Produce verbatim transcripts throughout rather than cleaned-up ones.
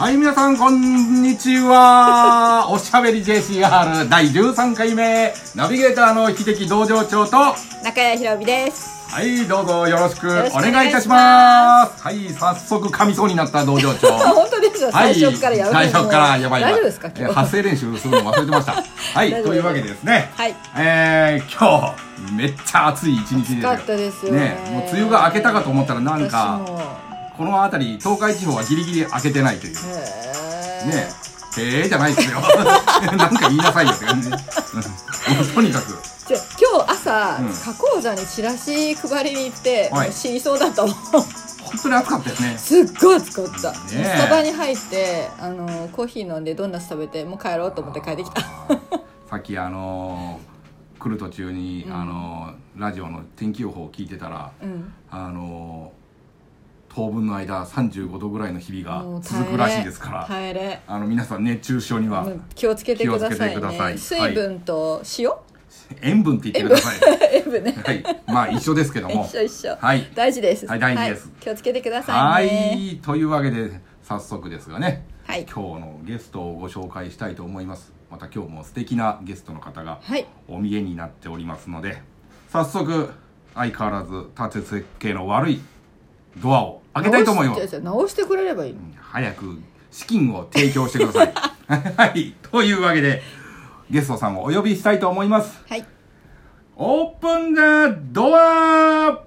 はい、皆さん、こんにちは。おしゃべり ジェーシーアール だいじゅうさんかいめ、ナビゲーターの秀樹道場長と、 中谷ひろみです。 はい、どうぞよろしくお願いいたします。はい、早速噛みそうになった道場長。 本当ですよ、最初からやばい。 最初からやばい。 大丈夫ですか？ 発声練習するの忘れてました。はい、というわけでですね。はい。えー、今日、めっちゃ暑い一日ですよ。 暑かったですよね。 もう梅雨が明けたかと思ったらなんか、この辺り、東海地方はギリギリ明けてないという。ねえ。へえじゃないですよ。なんか言いなさいよって感じ。とにかく。 今日朝、うん、加工座にチラシ配りに行って、はい、死にそうだったもん。 本当に暑かったですね。 すっごい暑かった。スタバに入ってあのコーヒー飲んでドーナツ食べてもう帰ろうと思って帰ってきた。 さっきあのー、来る途中に、うん、あのー、ラジオの天気予報を聞いてたら、うん、あのー当分の間さんじゅうごどぐらいの日々が続くらしいですから、 耐えれあの皆さん熱中症には気をつけてくださいね。水分と塩、 塩分って言ってください。 塩分ね。 はい、まあ一緒ですけども。 一緒一緒。 はい。 大事です。 はい、大事です。 気をつけてくださいね。 はい、というわけで早速ですがね、 はい、 今日のゲストをご紹介したいと思います。また今日も素敵なゲストの方がお見えになっておりますので、早速相変わらず縦設計の悪いドアを開けたいと思います。 直してくれればいいの。 早く資金を提供してください。はい、というわけでゲストさんをお呼びしたいと思います。 はい。 オープンザドア。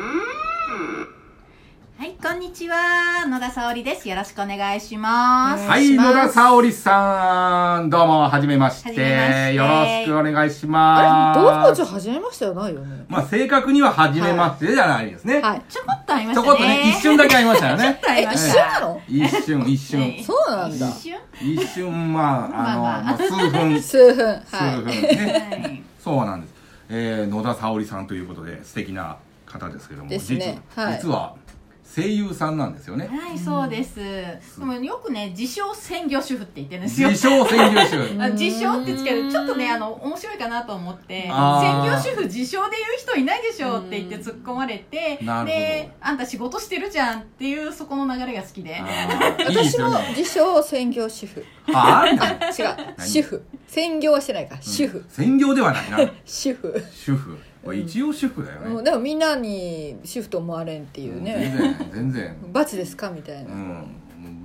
はい、こんにちは、野田沙織です。よろしくお願いします。 はい、野田沙織さん、どうもはじめまして。よろしくお願いします。 あれ、どうぞはじめましてはないよね。 まあ正確にははじめましてじゃないですね。 はい、ちょこっとありましたね。 ちょこっとね、一瞬だけありましたよね。 え、一瞬なの？ 一瞬、一瞬。 そうなんだ。 一瞬一瞬、まあ、あの、数分。 数分。 数分ね。そうなんです。え、野田沙織さんということで素敵な方ですけども、実は声優さんなんですよね。 はい、そうです。でもよくね、自称専業主婦って言ってるんですよ。 自称専業主婦。 自称ってつける、ちょっとね、あの面白いかなと思って、専業主婦自称で言う人いないでしょって言って突っ込まれて、で、あんた仕事してるじゃんっていうそこの流れが好きで。 私も自称専業主婦。 ああ、違う。 主婦。専業はしてないから、主婦。 専業ではないな。 主婦。 主婦。一応主婦だよね。 でもみんなに主婦と思われんっていうね。 全然全然。 罰ですかみたいな。 うん。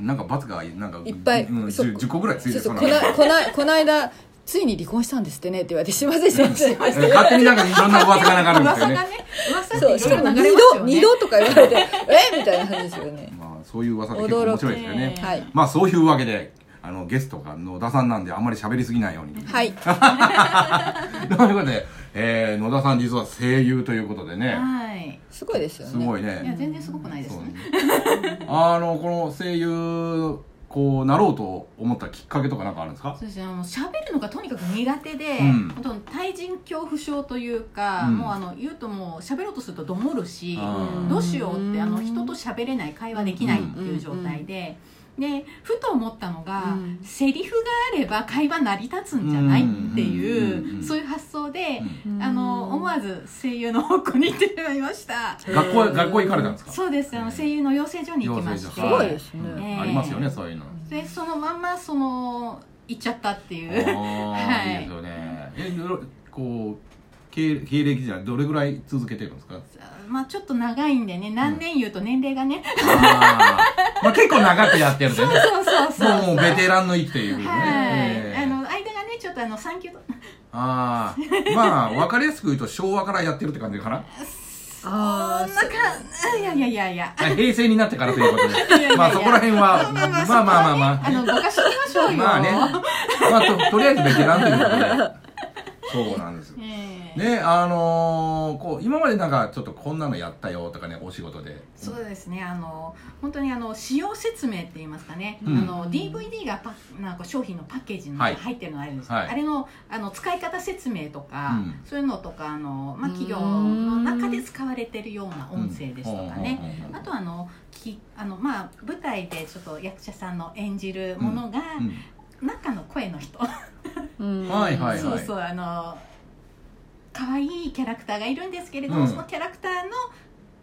なんか罰がなんかいっぱいじゅっこぐらいついてる。 こなこなこの間ついに離婚したんですってねって言われてしませんしません。 勝手になんかいろんな噂が流れるんですよね。 噂がね。噂っていろいろ流れますよね。二度とか言われてえみたいな感じですよね。 まあそういう噂って結構面白いですよね。 はい。 まあそういうわけで。あのゲストが野田さんなんであんまり喋りすぎないように。 はい。 ということで、えー、野田さん実は声優ということでね。 はい。 すごいですよね。 すごいね。 いや全然すごくないですね。 あのこの声優こうなろうと思ったきっかけとかなんかあるんですか？ そうですね。あの喋るのがとにかく苦手で、うん、本当に対人恐怖症というか、うん、もうあの言うともう喋ろうとするとどもるし、どうしようってあの人と喋れない会話できないっていう状態で。でふと思ったのが、うん、セリフがあれば会話成り立つんじゃないっていうそういう発想で、うん、あの思わず声優の方向に行ってしまいました。 学校学校行かれたんですか？ そうです。あの声優の養成所に行きまして、 すごいですね、 えー、 ありますよねそういうのでそのまんまその行っちゃったっていう。 はい、いいですよね。えこう経, 経歴じゃどれぐらい続けてるんですか？ まあちょっと長いんでね、何年言うと年齢がね、 うん、あまあ結構長くやってるんでね。 そうそうそうそう、 もうベテランの域というね。 はい、えー、あの間がねちょっとあの産休とああまあ分かりやすく言うと昭和からやってるって感じかな。 ああなんかいやいやいやいや平成になってからということでまあそこら辺はまあまあまあまあまああのぼかしてみましょうよ。 まあねまあ と, とりあえずベテランということでそうなんです。ね、あのー、こう今までなんかちょっとこんなのやったよとかねお仕事で。 そうですね、あの本当にあの使用説明って言いますかね、うん、あの ディーブイディー がパなんか商品のパッケージに入ってるのあるんですけど、はい、あれのあの使い方説明とか、うん、そういうのとかあの、まあ、企業の中で使われてるような音声ですとかね、うん、あとあのきあの、まあ、舞台でちょっと役者さんの演じるものが、うんうん、中の声の人はいはいはい、 そうそうあの可愛いキャラクターがいるんですけれども、うん、そのキャラクターの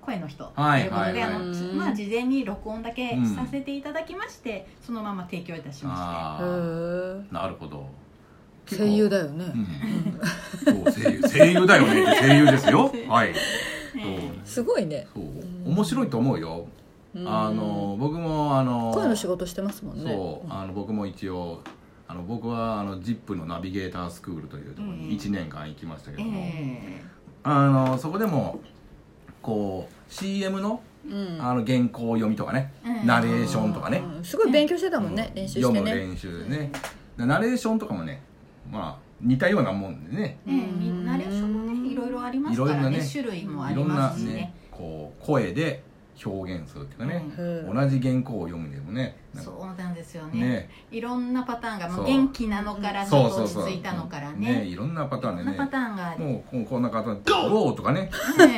声の人とはいいうことで、 はいはいあのまあ、事前に録音だけさせていただきまして、うん、そのまま提供いたしましてなるほど声優だよね、 うん、そう声優声優だよねって声優ですよはい、 すごいねそう面白いと思うよ。あの僕もあの声の仕事してますもんね。 そうあの僕も一応あの僕はあの ジップ のナビゲータースクールというところにいちねんかん行きましたけども、えー、あのそこでもこう シーエム のうん、あの原稿読みとかね、うん、ナレーションとかね、 うん、すごい勉強してたもんね、うん、練習してね、 読む練習でね、ナレーションとかもね、まあ似たようなもんでね、 うん、ナレーションもねいろいろありますからね、種類もありますしね、ねこう声で表現するっていうかね、うん、同じ原稿を読むでもね、 そうなんですよ ね, ねいろんなパターンがもう元気なのからちょっと落ち着いたのから ね, ねいろんなパターンでね、 いろんなパターンがもうこんな方「ゴー!」とかね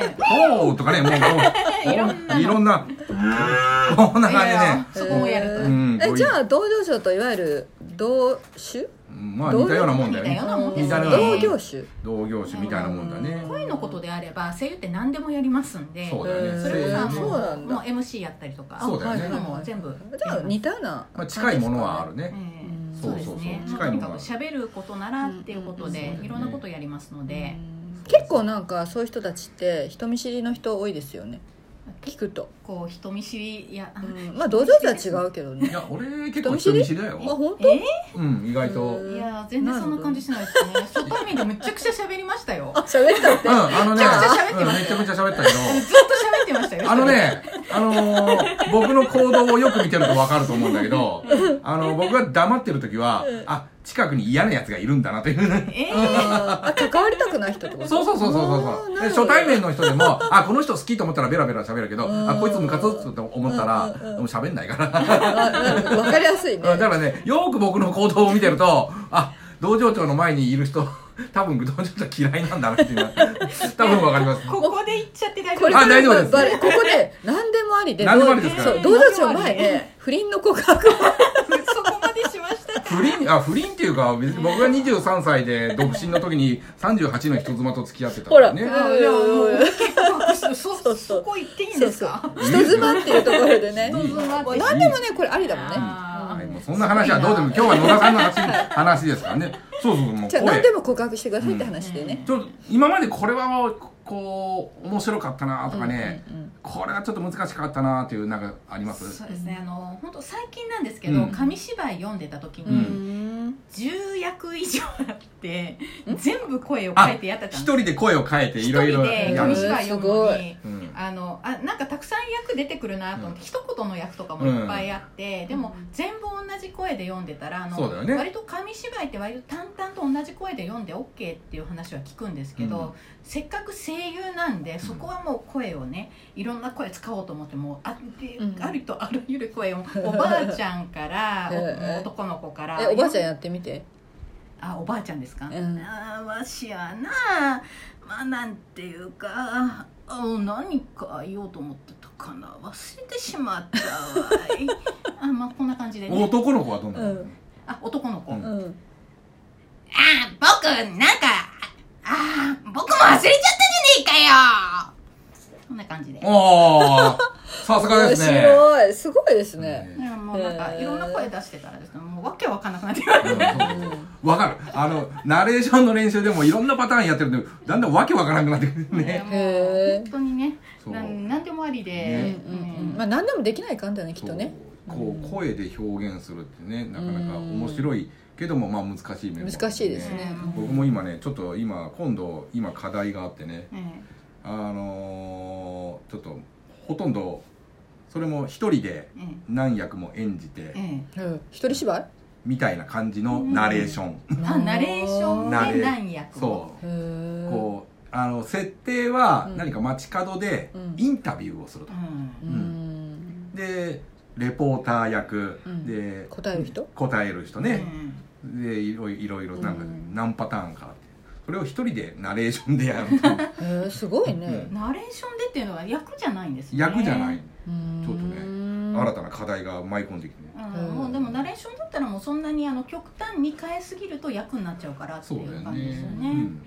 「ゴー!」とかねもういろんないろんなこんな感じでねそこをやると、 えー、えじゃあ同業種といわゆる同種まあ似たようなもんだよね。 似たようなもんです。同業種。 同業種みたいなもんだね。 声のことであれば声優って何でもやりますんで、 そうだよね。 それこそあのもう エムシー やったりとか、 そうだよね。 もう全部。 じゃあ似たような。 まあ近いものはあるね。 そうですね。とにかく喋ることならっていうことでいろんなことやりますので。 結構なんかそういう人たちって人見知りの人多いですよね。聞くとこう人見知りや、 うん、まあ同業者は違うけどね。 いや俺結構人見知りだよ。 あ本当？ えー、うん意外と。 いや全然そんな感じしないですね。初対面でめちゃくちゃ喋りましたよ。 あ喋ったって。 うんあのねめちゃくちゃ喋ってました。 めちゃめちゃ喋ったけど。ずっと喋ってましたよ。 あのねあのー、僕の行動をよく見てると分かると思うんだけど、あの僕が黙ってる時はあ近くに嫌なやつがいるんだなという。 えー、あ関わりたくない人ってこと？ そうそうそうそうそうそう。初対面の人でもあこの人好きと思ったらベラベラ喋るけどあこいつムカつくって思ったらもう喋んないから。 分かりやすいね。 だからねよく僕の行動を見てるとあ道場長の前にいる人多分道場長嫌いなんだなっていうのは多分分かります。 ここで言っちゃって大丈夫ですか？あ大丈夫です。 ここで何でもありで何でもありですから。 そう道場長前ね不倫の告白をそこまでしましたか。 不倫あ不倫っていうか別に僕がにじゅうさんさいで独身の時にさんじゅうはちの人妻と付き合ってたからね。 ほらいやもうそそそこ行っていいんですか？ 人妻っていうところでね。何でもねこれありだもんね。 そんな話はどうでも今日は野田さんの話ですからね。そうそうもうじゃあ何でも告白してくださいって話でね。 ちょっと今までこれはこう面白かったなとかね、これはちょっと難しかったなっていうなんかあります？ そうですね。あの本当最近なんですけど紙芝居読んでた時にじゅうやく以上あって全部声を変えてやってたんです。 一人で声を変えていろいろやる。紙芝居読むのにあのあなんかたくさん役出てくるなと思って一言の役とかもいっぱいあってでも全部同じ声で読んでたらあの割と紙芝居って割と淡々と同じ声で読んで オーケー っていう話は聞くんですけどせっかく声優なんでそこはもう声をねいろんな声使おうと思ってもう あ, ありとあらゆる声をおばあちゃんから男の子からえおばあちゃんやってみて。 あおばあちゃんですか？ うん、 あわしやなまあなんていうかあ何か言おうと思ってたかな忘れてしまったわいあまあこんな感じでね。 男の子はどんなの？うん、 あ男の子、うん、 あ僕なんかあ僕も忘れちゃったじゃねえかよこんな感じで。 おーさすがですね。 面白いすごいですね。 いやもうなんかいろんな声出してたらですねもうわけわかんなくなってくる。 わかるあのナレーションの練習でもいろんなパターンやってるんでだんだんわけわからなくなってくるね。 もう本当にねなんでもありでまあ何でもできないかんだよねきっとね。 こう声で表現するってねなかなか面白いけどもまあ難しい面も難しいですね。 僕も今ねちょっと今今度今課題があってねあのちょっとほとんどそれも一人で何役も演じて一人芝居みたいな感じのナレーション、 うん、あナレーションで何役もそうこうあの設定は何か街角でインタビューをすると、うんうん、でレポーター役、うん、で答える人答える人ね、うん、でいろいろいろなんか何パターンかあってそれを一人でナレーションでやるとへえすごいね、 うん、ナレーションでっていうのは役じゃないんですね。 役じゃないちょっとね新たな課題が舞い込んできてね、 うん、もうでもナレーションだったらもうそんなにあの極端に変えすぎると役になっちゃうからっていう感じですよね。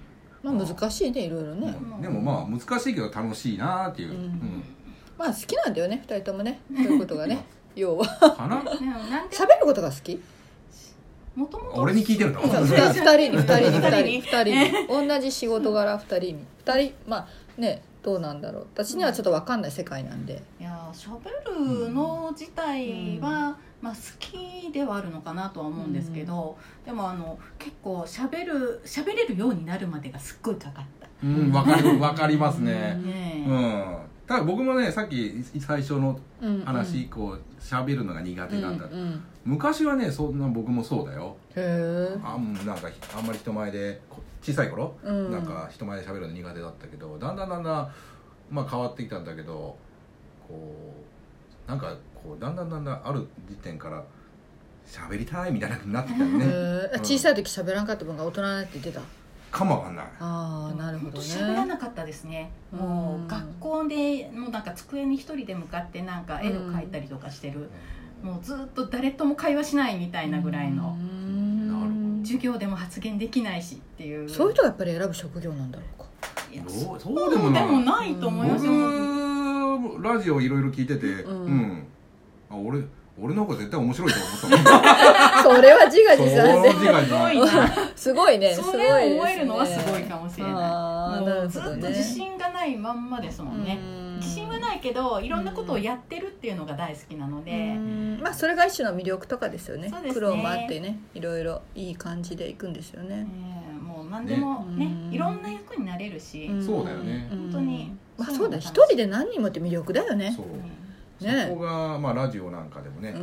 まあ難しいねいろいろね、 うん、でもまあ難しいけど楽しいなっていう、うんうん、 まあ好きなんだよねふたりともねそういうことがね要はかな喋ることが好きもともと俺に聞いてるのふたりにふたりにふたりにふたりに同じ仕事柄ふたりにふたりまあねどうなんだろう私にはちょっと分かんない世界なんで、 いや喋るの自体は、まあ、好きではあるのかなとは思うんですけど、うん、でもあの結構喋る喋れるようになるまでがすっごいかかった。 うん、分かり、分かりますね、ね、うん、ただ僕もねさっき最初の話、うんうん、こう喋るのが苦手なんだ、うんうん、昔はねそんな僕もそうだよ。 へあなんかあんまり人前で小さい頃、うん、なんか人前で喋るの苦手だったけどだんだんだんだん、まあ、変わってきたんだけどこうなんかこうだんだんだんだんある時点から喋りたいみたいなになってきたよね、 うん、小さい時喋らんかった分が大人になって出たかもわかんない。 ああなるほどね。 喋らなかったですね。もう学校でもうなんか机に一人で向かってなんか絵を描いたりとかしてる、うん、もうずっと誰とも会話しないみたいなぐらいの、授業でも発言できないしっていう。 そういう人がやっぱり選ぶ職業なんだろうか。 いやそうそうでもない、でもないと思いますよ。 僕ラジオいろいろ聞いてて、うん、うん、あ俺俺の方が絶対面白いと思ったそれは自画自賛ですごいなすごいね。 それを思えるのはすごいかもしれない。 あもうずっと自信がないまんまですもんね。自信はないけどいろんなことをやってるっていうのが大好きなので、 まあそれが一種の魅力とかですよね。そうですね、苦労もあってねいろいろいい感じでいくんですよね。 えー、もう何でも ね, ねいろんな役になれるし、 そうだよね。 本当にまあそうだ一人で何人もって魅力だよね。 そうね、そこが、まあ、ラジオなんかでもね、うん、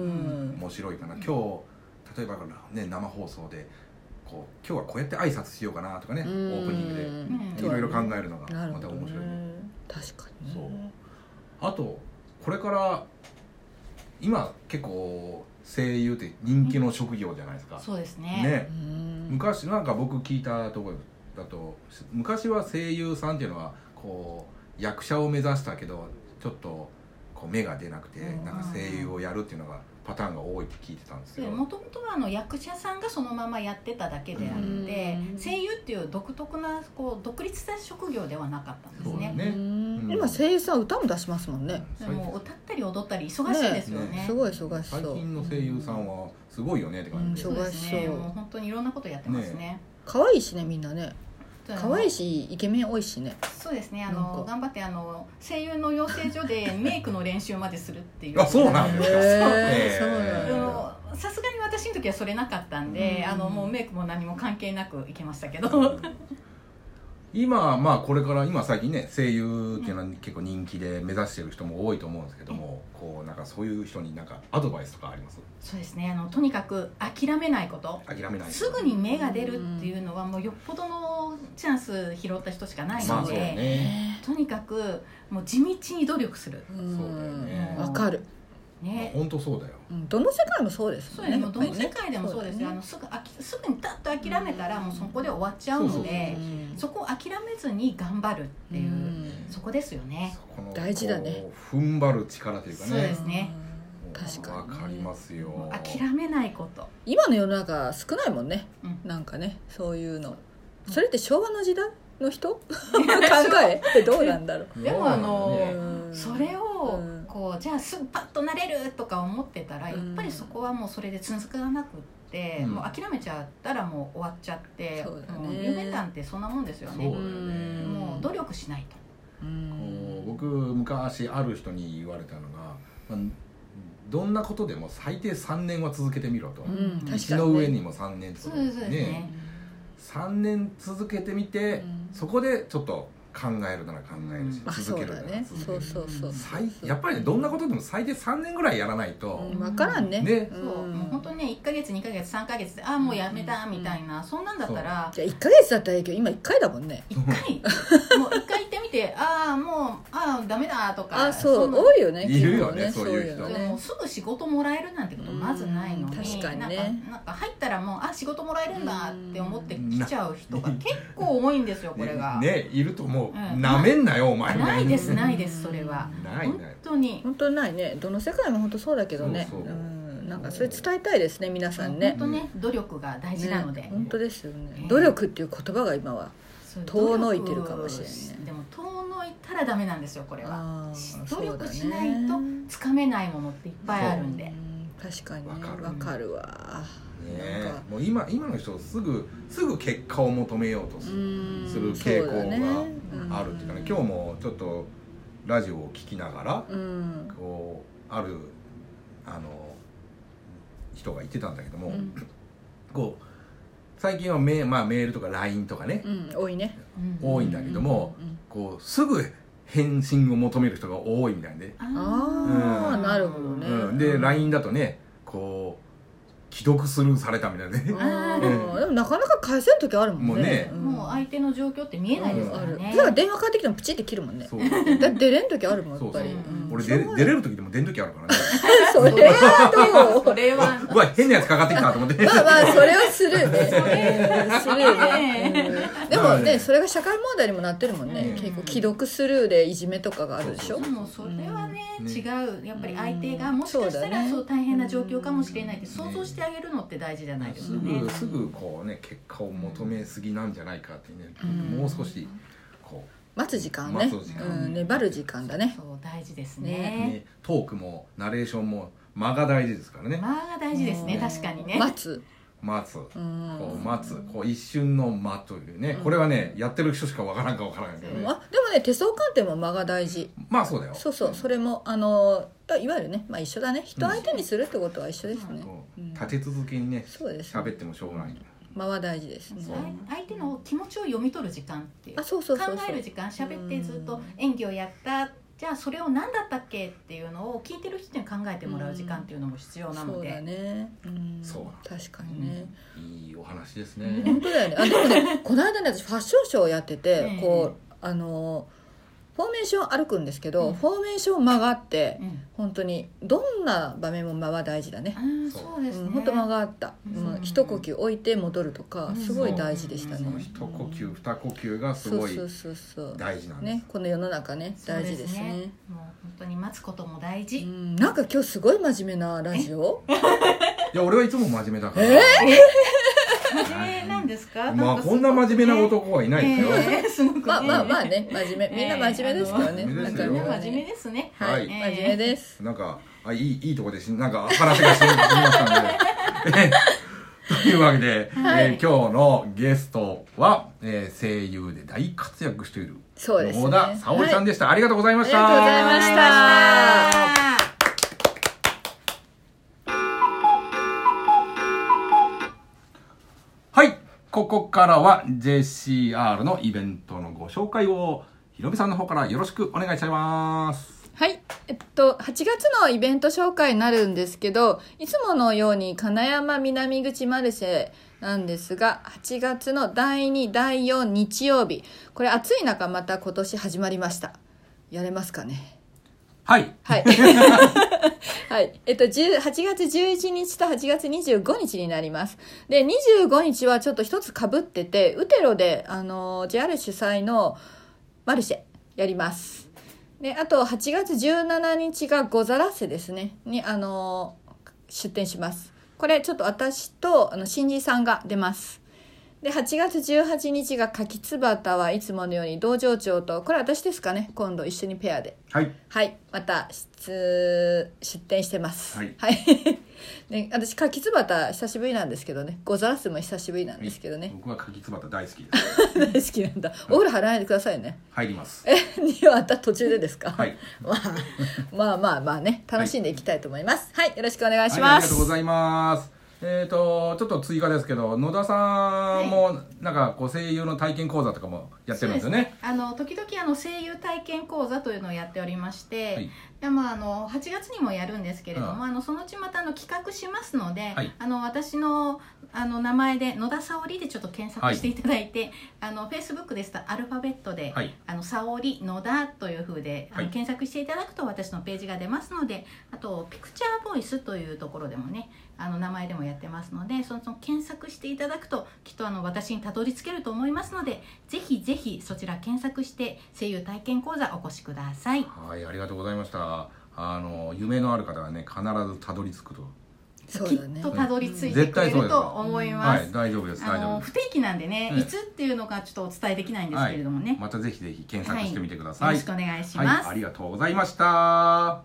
面白いかな。今日例えば、ね、生放送でこう今日はこうやって挨拶しようかなとかね、オープニングでいろいろ考えるのがまた面白い、ね、 確かに、ね、 そうあとこれから今結構声優って人気の職業じゃないですか、うん、 そうですね。 ね、昔なんか僕聞いたところだと昔は声優さんっていうのはこう役者を目指したけどちょっとこう目が出なくてなんか声優をやるっていうのがパターンが多いって聞いてたんですけど、 もともとはあの役者さんがそのままやってただけであって、声優っていう独特なこう独立した職業ではなかったんですね。 ね、うん、 今声優さん歌も出しますもんね。 でも歌ったり踊ったり忙しいですよね。 ねすごい忙しそう。 最近の声優さんはすごいよねって感じで、 うん、忙しそう。 ね、もう本当にいろんなことやってますね。 可愛いしねみんなね。可愛いしイケメン多いしね。 そうですね。あの頑張ってあの声優の養成所でメイクの練習までするっていう。 あ、そうなんですか。 さすがに私の時はそれなかったんで、あのもうメイクも何も関係なく行けましたけど。 今まあこれから今最近ね声優っていうのは結構人気で目指してる人も多いと思うんですけども、こうなんかそういう人になんかアドバイスとかあります？ そうですね。あのとにかく諦めないこと。 諦めない。 すぐに芽が出るっていうのはもうよっぽどのチャンス拾った人しかないので、ね、とにかくもう地道に努力する。 そうだよね。 わかる。 ね、本当そうだよ、 うん、どの世界もそうですもんね。そうです。もうどの世界でもそうですよ、ね、あのすぐあきすぐにダッと諦めたらもうそこで終わっちゃうので、そこを諦めずに頑張るっていう、うん、そこですよね。 そこの大事だね。 踏ん張る力というかね。 そうですね。 確かに、 ね、わかりますよ。 諦めないこと。 今の世の中少ないもんね、うん、なんかねそういうの。それって昭和の時代の人考えってどうなんだろう。 でもあの、ね、それをこうじゃあすぐパッとなれるとか思ってたらやっぱりそこはもうそれで続かなくって、うん、もう諦めちゃったらもう終わっちゃって、そうだね、もう夢なんてそんなもんですよね。 そうだよね。 もう努力しないと。 うんこう僕昔ある人に言われたのが、まあ、どんなことでも最低さんねんは続けてみろと、うん、石の上にもさんねんと、 そうですね、 さんねん続けてみて、うん、そこでちょっと考えるなら考えるし、うん、続けるなら続ける、 そうそうそうそうやっぱりねどんなことでも最低さんねんぐらいやらないと、 うん、分からんね。 ね、 そう、もう本当にねいっかげつにかげつさんかげつでああもうやめたみたいな、うん、そんなんだったらじゃあいっかげつだったらいいけど今いっかいだもんね。 いっかいもういっかい行ってみてああもうああダメだとかあそう多いよね。 いるよねそういう人。 でもすぐ仕事もらえるなんてことまずないのに、 確かにね、 なんか、なんか入ったらもうあ仕事もらえるんだって思って来ちゃう人が結構多いんですよこれが。 ねいると思う。なめんなよお前。 ないですないですそれは。 ない本当に本当にないね。どの世界も本当そうだけどね。 そうそう、 うん、なんかそれ伝えたいですね皆さんね。 本当ね努力が大事なので。 本当ですよね。努力っていう言葉が今は遠のいてるかもしれないね。 でも遠のいたらダメなんですよこれは。努力しないとつかめないものっていっぱいあるんで。 確かにね、わかるわ。 ね、もう今今の人すぐすぐ結果を求めようとする、する傾向があるっていうかね。今日もちょっとラジオを聞きながら、うん、こうあるあの人が言ってたんだけども、うん、こう最近はメ、まあ、メールとか ライン とかね、 うん、多いね、 多いんだけども、うんうんうん、こうすぐ返信を求める人が多いみたいで、 ああ、うん、なるほどね、 うん、で ライン だとねこう既読スルーされたみたいなね。 あ、うん、でもなかなか返せる時あるもんね。もうね、 うん、もう相手の状況って見えないですからね。 だから電話かかってきてもプチって切るもんね。そうだって出れん時あるもんやっぱり。 俺出れる時でも出ん時あるからね。 それはどう？ それはうわ変なやつかかってきたと思って。 まあまあそれはスルーね。スルーね。でもねそれが社会問題にもなってるもんね。結構既読スルーでいじめとかがあるでしょ。 でもそれはね違う。やっぱり相手がもしかしたらそう大変な状況かもしれないって想像してあげるのって大事じゃないですかね。 すぐすぐこうね結果を求めすぎなんじゃないかってね、うん、もう少しこう待つ時間ね、待つ時間、うん、粘る時間だね。 そう大事ですね。 ね、トークもナレーションも間が大事ですからね。 間が大事ですね、確かにね。 待つ待つ、こう待つ、こう一瞬の間というね、これはねやってる人しかわからんかわからないけどね、 うん、あでもね手相鑑定も間が大事。 まあそうだよ。 そうそう、それもあのいわゆるね、まあ一緒だね。人相手にするってことは一緒ですね、 うん、立て続けにね喋ってもしょうがない。 間は大事ですね。 相手の気持ちを読み取る時間っていう、 あ、そうそうそうそう、 考える時間、喋ってずっと演技をやった、じゃあそれを何だったっけっていうのを聞いてる人に考えてもらう時間っていうのも必要なので、 そうだね、うん、 そう確かにね、 うん、いいお話ですね。 本当だよね。あでもねこの間ね私ファッションショーをやってて、こうあのフォーメーション歩くんですけど、うん、フォーメーション間があって、うん、本当にどんな場面も間は大事だね。 そうですね、 うん、本当間があった、うん、一呼吸置いて戻るとかすごい大事でしたね。 一呼吸二呼吸がすごい大事なんですね。この世の中ね大事ですね。もう本当に待つことも大事、うん、 なんか今日すごい真面目なラジオ。 いや俺はいつも真面目だから。 えー真面目なんですか？ まあこんな真面目な男はいないですよ。 えー、すごくね、 まあまあまあね、真面目、みんな真面目ですからね。 なんかね真面目ですね。 はい、真面目です。 なんかあいいいいとこでしなんか話がしてきましたんで。というわけで、はい、えー、今日のゲストは、えー、声優で大活躍しているそうですね、 野田沙織さんでした、はい。ありがとうございました。 ありがとうございました。 はい、ここからは ジェーシーアール のイベントのご紹介をひろみさんの方からよろしくお願いします。 はい、えっとはちがつのイベント紹介になるんですけど、いつものように金山南口マルシェなんですが、はちがつのだいにだいよん日曜日、これ暑い中また今年始まりました。やれますかね。 はいはいはい、えっと、はちがつじゅういちにちとはちがつにじゅうごにちになります。で、にじゅうごにちはちょっと一つ被ってて、ウテロで、あの、ジェイアール 主催のマルシェやります。で、あとはちがつじゅうしちにちがゴザラッセですね、に、あの、出店します。これちょっと私と、あの、新人さんが出ます。で、はちがつじゅうはちにちが柿つばたはいつものように道場長と、これ私ですかね、今度一緒にペアで。 はい。 はい。また出、出店してます。 はい。 はい。ね、私、柿つばた久しぶりなんですけどね、ゴザラスも久しぶりなんですけどね。 僕は柿つばた大好きです。 大好きなんだ。お風呂入らないでくださいね。 入ります。 え、にはあった途中でですか？ はい。 まあ、まあまあまあね、楽しんでいきたいと思います。はい。はい、よろしくお願いします。はい、ありがとうございます。えーとちょっと追加ですけど、野田さんもなんかこう声優の体験講座とかもやってるんですよね。 あの時々あの声優体験講座というのをやっておりまして、はい、でまあ、あのはちがつにもやるんですけれども、ああのそのうちまたあの企画しますので、はい、あの私のあの名前で野田沙織でちょっと検索していただいて、はい、あの Facebook ですとアルファベットで、はい、あの沙織野田という風であの、はい、検索していただくと私のページが出ますので、あとピクチャーボイスというところでもね、あの名前でもやってますので、そのその検索していただくときっとあの私にたどり着けると思いますので、ぜひぜひそちら検索して声優体験講座お越しください。 はい、ありがとうございました。あの夢のある方はね必ずたどり着くときっとたどり着いてくれると思います。 はい、大丈夫です。大丈夫です。 不定期なんでね、いつっていうのがちょっとお伝えできないんですけれどもね。 またぜひぜひ検索してみてください。 よろしくお願いします。 ありがとうございました。はい、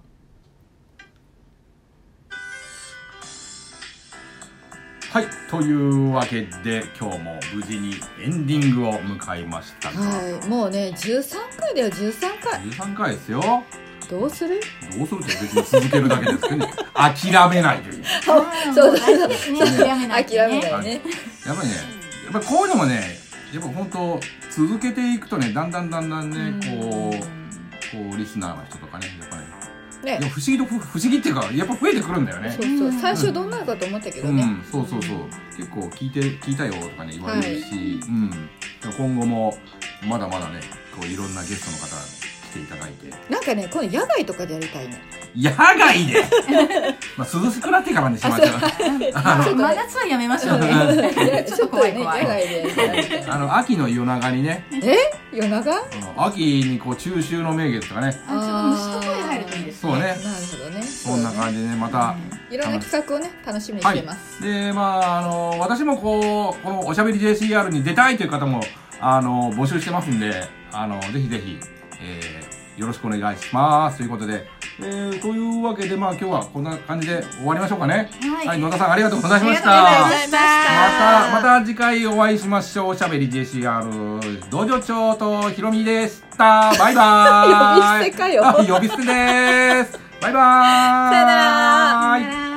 というわけで今日も無事にエンディングを迎えましたが、 はい、もうねじゅうさんかいだよ。じゅうさんかいじゅうさんかいですよ。 どうするどうするって別に続けるだけですけどね。諦めないという。 そうそうそう。 諦めないね。 諦めないね。 やっぱりね、やっぱりこういうのもね、やっぱ本当続けていくとね、だんだんだんだんね、こう、こうリスナーの人とかね、やっぱね、ね、不思議と不思議っていうかやっぱ増えてくるんだよね。 そうそう、最初どんなのかと思ったけどね、 うん、そうそうそう、結構聞いて聞いたよとかね言われるし、うん、今後もまだまだねこういろんなゲストの方来ていただいて、 なんかね今度野外とかでやりたいね。 野外でまあ涼しくなってからにしましょう。 真夏はやめましょうね。ちょっと怖い怖い。 野外であの秋の夜長にね。 え夜長？ 秋にこう中秋の名月とかね。 ちょっと虫と声入るといいですね。 そうね。 なるほどね。 そんな感じでねまたいろんな企画をね楽しみにしてます。 でまああの私もこうこのおしゃべり ジェーシーアール に出たいという方もあの募集してますんで、あのぜひぜひ、えー、よろしくお願いしますということで。えー、というわけでまあ今日はこんな感じで終わりましょうかね。はい、はい、野田さんありがとうございました。 ありがとうございました。 またまた次回お会いしましょう。おしゃべり ジェーシーアール 道場長とひろみでした。バイバーイ。 呼び捨てかよ。 呼び捨てです。バイバーイ。 さよなら。